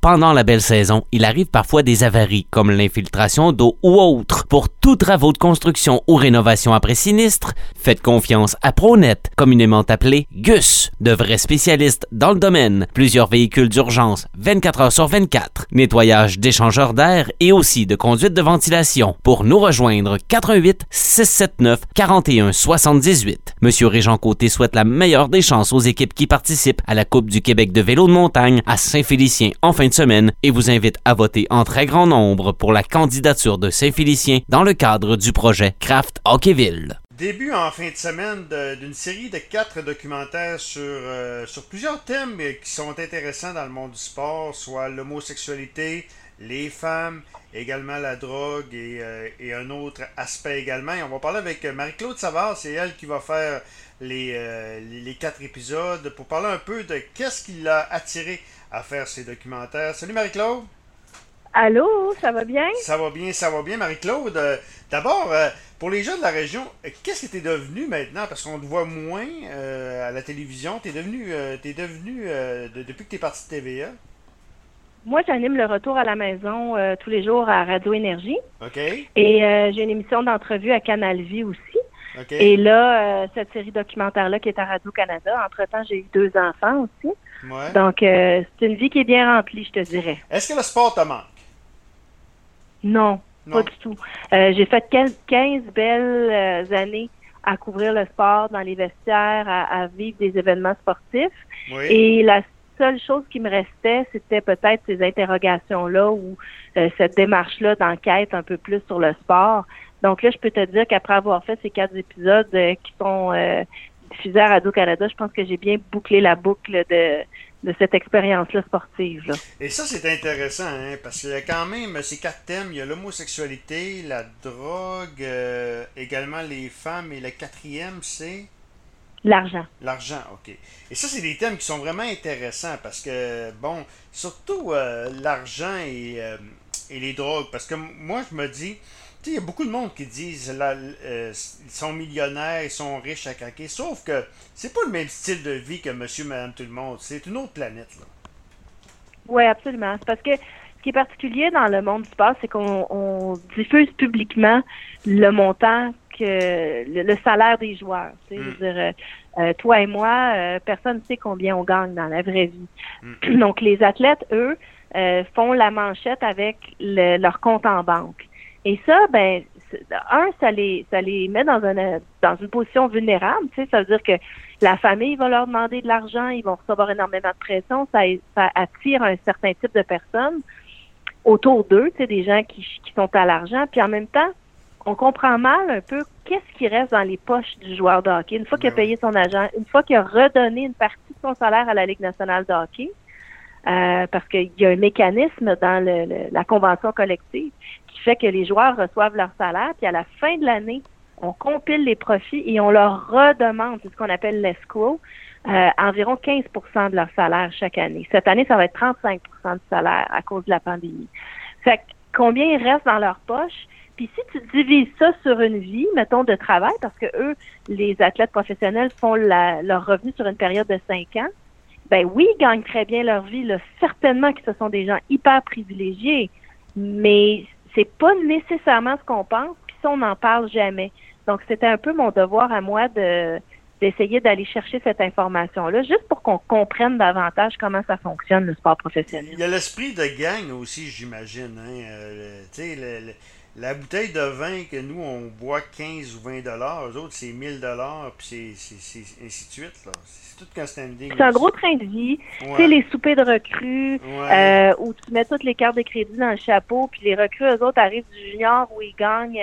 pendant la belle saison, il arrive parfois des avaries, comme l'infiltration d'eau ou autre. Pour tous travaux de construction ou rénovation après sinistre, faites confiance à Pronet, communément appelé GUS, de vrais spécialistes dans le domaine. Plusieurs véhicules d'urgence 24 heures sur 24, nettoyage d'échangeurs d'air et aussi de conduite de ventilation. Pour nous rejoindre, 88 679 41 78. Monsieur Régent Côté souhaite la meilleure des chances aux équipes qui participent à la Coupe du Québec de vélo de montagne à Saint-Félicien en fin de semaine et vous invite à voter en très grand nombre pour la candidature de Saint-Félicien dans le cadre du projet Craft Hockeyville. Début en fin de semaine d'une série de 4 documentaires sur plusieurs thèmes qui sont intéressants dans le monde du sport, soit l'homosexualité, les femmes, également la drogue et un autre aspect également. Et on va parler avec Marie-Claude Savard, c'est elle qui va faire les 4 épisodes pour parler un peu de qu'est-ce qui l'a attiré à faire ces documentaires. Salut Marie-Claude! Allô, ça va bien? Ça va bien Marie-Claude. D'abord, pour les gens de la région, qu'est-ce que tu es devenu maintenant? Parce qu'on te voit moins à la télévision. T'es devenu depuis que tu es parti de TVA? Moi, j'anime le retour à la maison tous les jours à Radio Énergie. OK. Et j'ai une émission d'entrevue à Canal Vie aussi. OK. Et là, cette série documentaire-là qui est à Radio-Canada. Entre-temps, j'ai eu 2 enfants aussi. Ouais. Donc, c'est une vie qui est bien remplie, je te dirais. Est-ce que le sport te manque? Non, Non. pas du tout. J'ai fait 15 belles années à couvrir le sport dans les vestiaires, à vivre des événements sportifs. Oui. Et la seule chose qui me restait, c'était peut-être ces interrogations-là ou cette démarche-là d'enquête un peu plus sur le sport. Donc là, je peux te dire qu'après avoir fait ces 4 épisodes qui sont diffusés à Radio-Canada, je pense que j'ai bien bouclé la boucle de cette expérience-là sportive. Là. Et ça, c'est intéressant, hein, parce qu'il y a quand même ces 4 thèmes. Il y a l'homosexualité, la drogue, également les femmes, et le 4e, c'est... L'argent. L'argent, OK. Et ça, c'est des thèmes qui sont vraiment intéressants, parce que, bon, surtout l'argent et les drogues, parce que moi, je me dis... Tu sais, il y a beaucoup de monde qui disent là, ils sont millionnaires, ils sont riches à craquer, sauf que c'est pas le même style de vie que monsieur, madame, tout le monde. C'est une autre planète, là. Oui, absolument. C'est parce que ce qui est particulier dans le monde du sport, c'est qu'on diffuse publiquement le montant que le salaire des joueurs. Tu sais, je veux dire, toi et moi, personne ne sait combien on gagne dans la vraie vie. Donc, les athlètes, eux, font la manchette avec leur compte en banque. Et ça, ben, ça les met dans une position vulnérable. Tu sais, ça veut dire que la famille va leur demander de l'argent, ils vont recevoir énormément de pression, ça attire un certain type de personnes autour d'eux, tu sais, des gens qui sont à l'argent. Puis en même temps, on comprend mal un peu qu'est-ce qui reste dans les poches du joueur de hockey. Une fois qu'il a payé son agent, une fois qu'il a redonné une partie de son salaire à la Ligue nationale de hockey, parce qu'il y a un mécanisme dans la convention collective qui fait que les joueurs reçoivent leur salaire, puis à la fin de l'année, on compile les profits et on leur redemande, c'est ce qu'on appelle l'escrow, environ 15% de leur salaire chaque année. Cette année, ça va être 35% du salaire à cause de la pandémie. Fait que combien il reste dans leur poche? Puis si tu divises ça sur une vie, mettons, de travail, parce que eux, les athlètes professionnels font leur revenu sur une période de 5 ans, ben oui, ils gagnent très bien leur vie, là. Certainement que ce sont des gens hyper privilégiés, mais c'est pas nécessairement ce qu'on pense, puis ça, on n'en parle jamais. Donc, c'était un peu mon devoir à moi d'essayer d'aller chercher cette information-là, juste pour qu'on comprenne davantage comment ça fonctionne, le sport professionnel. Il y a l'esprit de gang aussi, j'imagine. Hein? Tu sais, la bouteille de vin que nous, on boit 15 ou 20 $, eux autres, c'est 1000 $, puis c'est ainsi de suite. Là. C'est tout qu'un standing. C'est un gros train de vie. Ouais. Tu sais, les soupers de recrues, Ouais. où tu mets toutes les cartes de crédit dans le chapeau, puis les recrues, eux autres, arrivent du junior où ils gagnent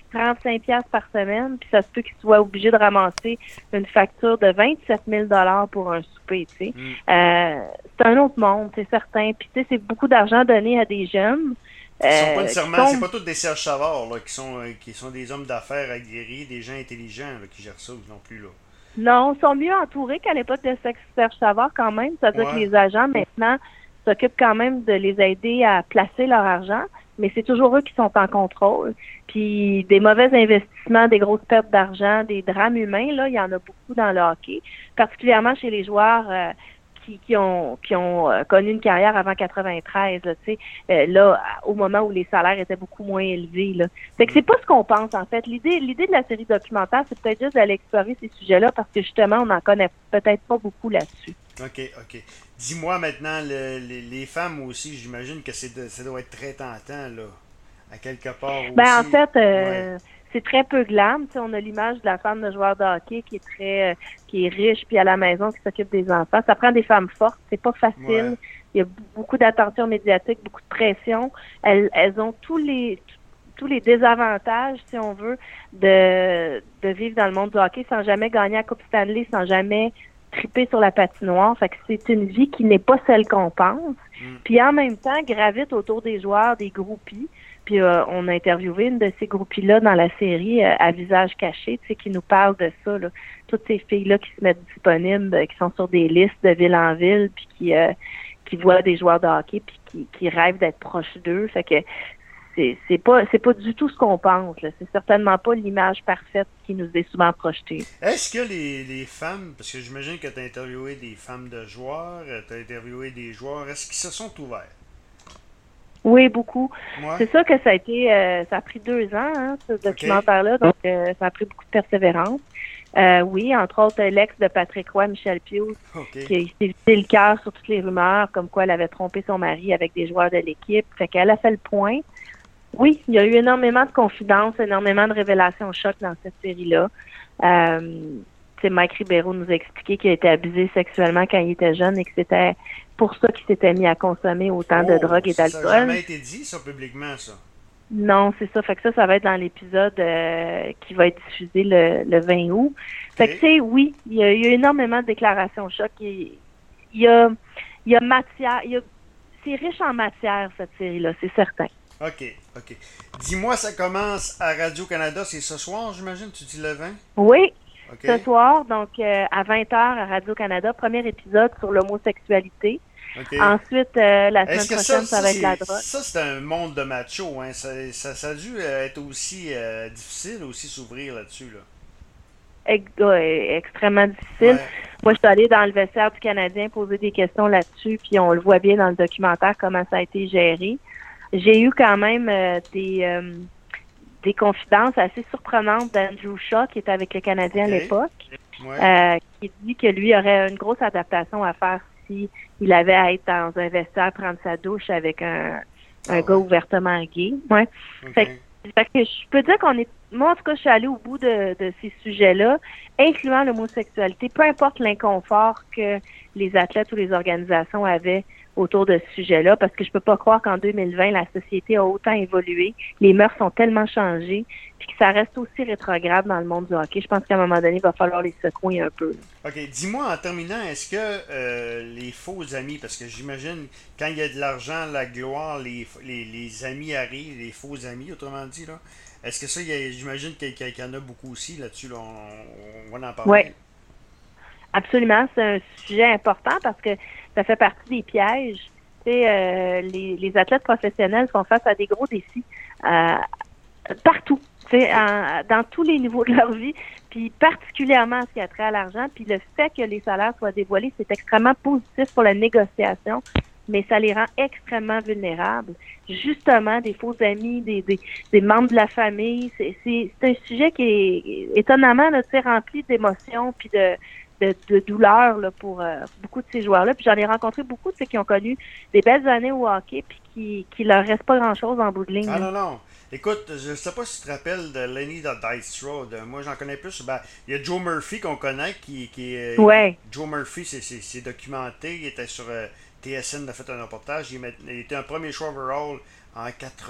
35$ par semaine, puis ça se peut qu'ils soient obligés de ramasser une facture de 27 000 $ pour un souper, tu sais. C'est un autre monde, c'est certain. Puis, tu sais, c'est beaucoup d'argent donné à des jeunes. Ils sont pas nécessairement, c'est pas tous des Serge Savard là, qui sont des hommes d'affaires aguerris, des gens intelligents là, qui gèrent ça non plus là. Non, ils sont mieux entourés qu'à l'époque de Serge Savard quand même. C'est-à-dire que les agents maintenant s'occupent quand même de les aider à placer leur argent, mais c'est toujours eux qui sont en contrôle. Puis des mauvais investissements, des grosses pertes d'argent, des drames humains, là, il y en a beaucoup dans le hockey, particulièrement chez les joueurs qui ont connu une carrière avant 93, là, tu sais, là, au moment où les salaires étaient beaucoup moins élevés, là. Fait que c'est pas ce qu'on pense, en fait. L'idée de la série documentaire, c'est peut-être juste d'aller explorer ces sujets-là parce que, justement, on n'en connaît peut-être pas beaucoup là-dessus. OK. Dis-moi maintenant, les femmes aussi, j'imagine que ça doit être très tentant, là, à quelque part aussi. Ben, en fait, Ouais. c'est très peu glam. Tu sais, on a l'image de la femme de joueur de hockey qui est riche, puis à la maison, qui s'occupe des enfants. Ça prend des femmes fortes. C'est pas facile. Ouais. Il y a beaucoup d'attention médiatique, beaucoup de pression. Elles ont tous les désavantages, si on veut, de vivre dans le monde du hockey sans jamais gagner la Coupe Stanley, sans jamais triper sur la patinoire. Fait que c'est une vie qui n'est pas celle qu'on pense. Puis en même temps, gravite autour des joueurs, des groupies. Puis on a interviewé une de ces groupies-là dans la série à visage caché, tu sais, qui nous parle de ça, là. Toutes ces filles-là qui se mettent disponibles, qui sont sur des listes de ville en ville, puis qui voient des joueurs de hockey, puis qui rêvent d'être proches d'eux. Fait que c'est pas du tout ce qu'on pense, là. C'est certainement pas l'image parfaite qui nous est souvent projetée. Est-ce que les femmes, parce que j'imagine que tu as interviewé des femmes de joueurs, tu as interviewé des joueurs, est-ce qu'ils se sont ouverts? Oui, beaucoup. Ouais. C'est ça que ça a été, ça a pris 2 ans, hein, ce documentaire-là, donc ça a pris beaucoup de persévérance. Oui, entre autres, l'ex de Patrick Roy, Michel Pius, qui s'est vidé le cœur sur toutes les rumeurs, comme quoi elle avait trompé son mari avec des joueurs de l'équipe. Fait qu'elle a fait le point. Oui, il y a eu énormément de confidences, énormément de révélations choc dans cette série-là. Mike Ribeiro nous a expliqué qu'il a été abusé sexuellement quand il était jeune et que c'était pour ça qu'il s'était mis à consommer autant de drogue et d'alcool. Ça n'a jamais été dit, ça, publiquement, ça? Non, c'est ça. Fait que ça va être dans l'épisode qui va être diffusé le 20 août. Fait que, tu sais, oui, il y a eu énormément de déclarations choc. Il y a matière. C'est riche en matière, cette série-là, c'est certain. OK. Dis-moi, ça commence à Radio-Canada, c'est ce soir, j'imagine? Tu dis le 20? Oui. Okay. Ce soir, donc à 20h à Radio-Canada, premier épisode sur l'homosexualité. Okay. Ensuite, la semaine prochaine, ça va être la drogue. Ça, c'est un monde de macho. Hein? Ça a dû être aussi difficile, aussi s'ouvrir là-dessus. Là. Extrêmement difficile. Ouais. Moi, je suis allée dans le vestiaire du Canadien poser des questions là-dessus, puis on le voit bien dans le documentaire comment ça a été géré. J'ai eu quand même des confidences assez surprenantes d'Andrew Shaw, qui était avec le Canadien à l'époque, qui dit que lui aurait une grosse adaptation à faire s'il avait à être dans un vestiaire, prendre sa douche avec un gars ouvertement gay. Ouais. Fait que je peux dire moi, en tout cas, je suis allée au bout de ces sujets-là, incluant l'homosexualité, peu importe l'inconfort que les athlètes ou les organisations avaient autour de ce sujet-là, parce que je peux pas croire qu'en 2020, la société a autant évolué, les mœurs sont tellement changées, puis que ça reste aussi rétrograde dans le monde du hockey. Je pense qu'à un moment donné, il va falloir les secouer un peu. OK. Dis-moi, en terminant, est-ce que les faux amis, parce que j'imagine, quand il y a de l'argent, la gloire, les amis arrivent, les faux amis, autrement dit, là, est-ce que ça, j'imagine qu'il y en a beaucoup aussi là-dessus, là, on va en parler. Oui. Absolument, c'est un sujet important parce que ça fait partie des pièges. Tu sais, les athlètes professionnels font face à des gros défis partout, tu sais, dans tous les niveaux de leur vie, puis particulièrement ce qui a trait à l'argent. Puis le fait que les salaires soient dévoilés, c'est extrêmement positif pour la négociation, mais ça les rend extrêmement vulnérables. Justement, des faux amis, des membres de la famille, c'est un sujet qui est étonnamment là, tu sais, rempli d'émotions puis de douleur là, pour beaucoup de ces joueurs-là. Puis j'en ai rencontré beaucoup de ceux qui ont connu des belles années au hockey puis qui leur reste pas grand-chose en bout de ligne. Ah non. Écoute, je sais pas si tu te rappelles de Lenny Dykstra. Moi, j'en connais plus. Il y a Joe Murphy qu'on connaît qui est... Joe Murphy, c'est documenté. Il était sur TSN, il a fait un reportage. Il était un premier choix overall en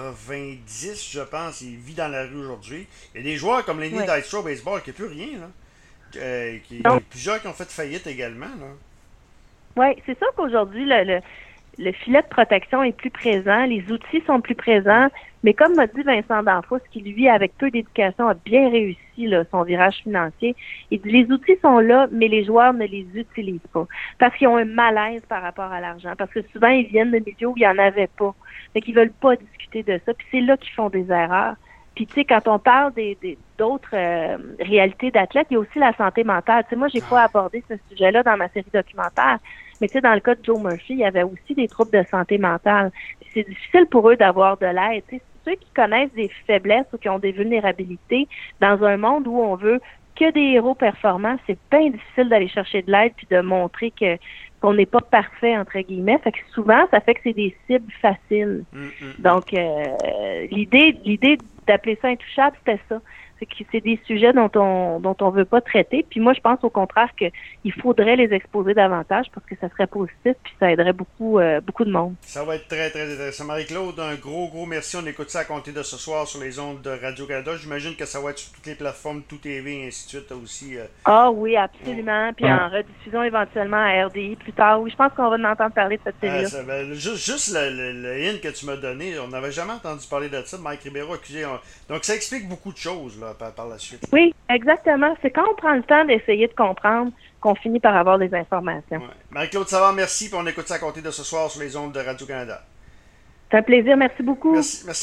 90, je pense. Il vit dans la rue aujourd'hui. Il y a des joueurs comme Lenny Dykstra au baseball qui n'a plus rien, là. Il y a plusieurs qui ont fait faillite également. Oui, c'est sûr qu'aujourd'hui, le filet de protection est plus présent, les outils sont plus présents, mais comme m'a dit Vincent D'Anfos, qui lui, avec peu d'éducation, a bien réussi là, son virage financier, il dit les outils sont là, mais les joueurs ne les utilisent pas, parce qu'ils ont un malaise par rapport à l'argent, parce que souvent, ils viennent de milieux où il n'y en avait pas, fait qu'ils veulent pas discuter de ça, puis c'est là qu'ils font des erreurs. Puis, tu sais, quand on parle d'autres réalités d'athlètes, il y a aussi la santé mentale. Tu sais, moi, j'ai pas abordé ce sujet-là dans ma série documentaire, Mais tu sais, dans le cas de Joe Murphy, il y avait aussi des troubles de santé mentale. Puis c'est difficile pour eux d'avoir de l'aide. Tu sais, ceux qui connaissent des faiblesses ou qui ont des vulnérabilités dans un monde où on veut que des héros performants, c'est bien difficile d'aller chercher de l'aide puis de montrer qu'on n'est pas parfait, entre guillemets. Fait que souvent, ça fait que c'est des cibles faciles. Donc, l'idée d'appeler ça intouchable, c'était ça. C'est que c'est des sujets dont on veut pas traiter. Puis moi, je pense au contraire qu'il faudrait les exposer davantage parce que ça serait positif puis ça aiderait beaucoup de monde. Ça va être très, très intéressant. Marie-Claude, un gros merci. On écoute ça à compter de ce soir sur les ondes de Radio-Canada. J'imagine que ça va être sur toutes les plateformes, Tout TV et ainsi de suite aussi. Ah oui, absolument. Puis en rediffusion éventuellement à RDI plus tard. Oui, je pense qu'on va en entendre parler de cette série-là. Juste le hint que tu m'as donné, on n'avait jamais entendu parler de ça. Mike Ribeiro accusé. Donc ça explique beaucoup de choses là, par la suite. Oui, exactement. C'est quand on prend le temps d'essayer de comprendre qu'on finit par avoir des informations. Ouais. Marie-Claude Savard, merci. Puis on écoute ça à compter de ce soir sur les ondes de Radio-Canada. C'est un plaisir. Merci beaucoup. Merci.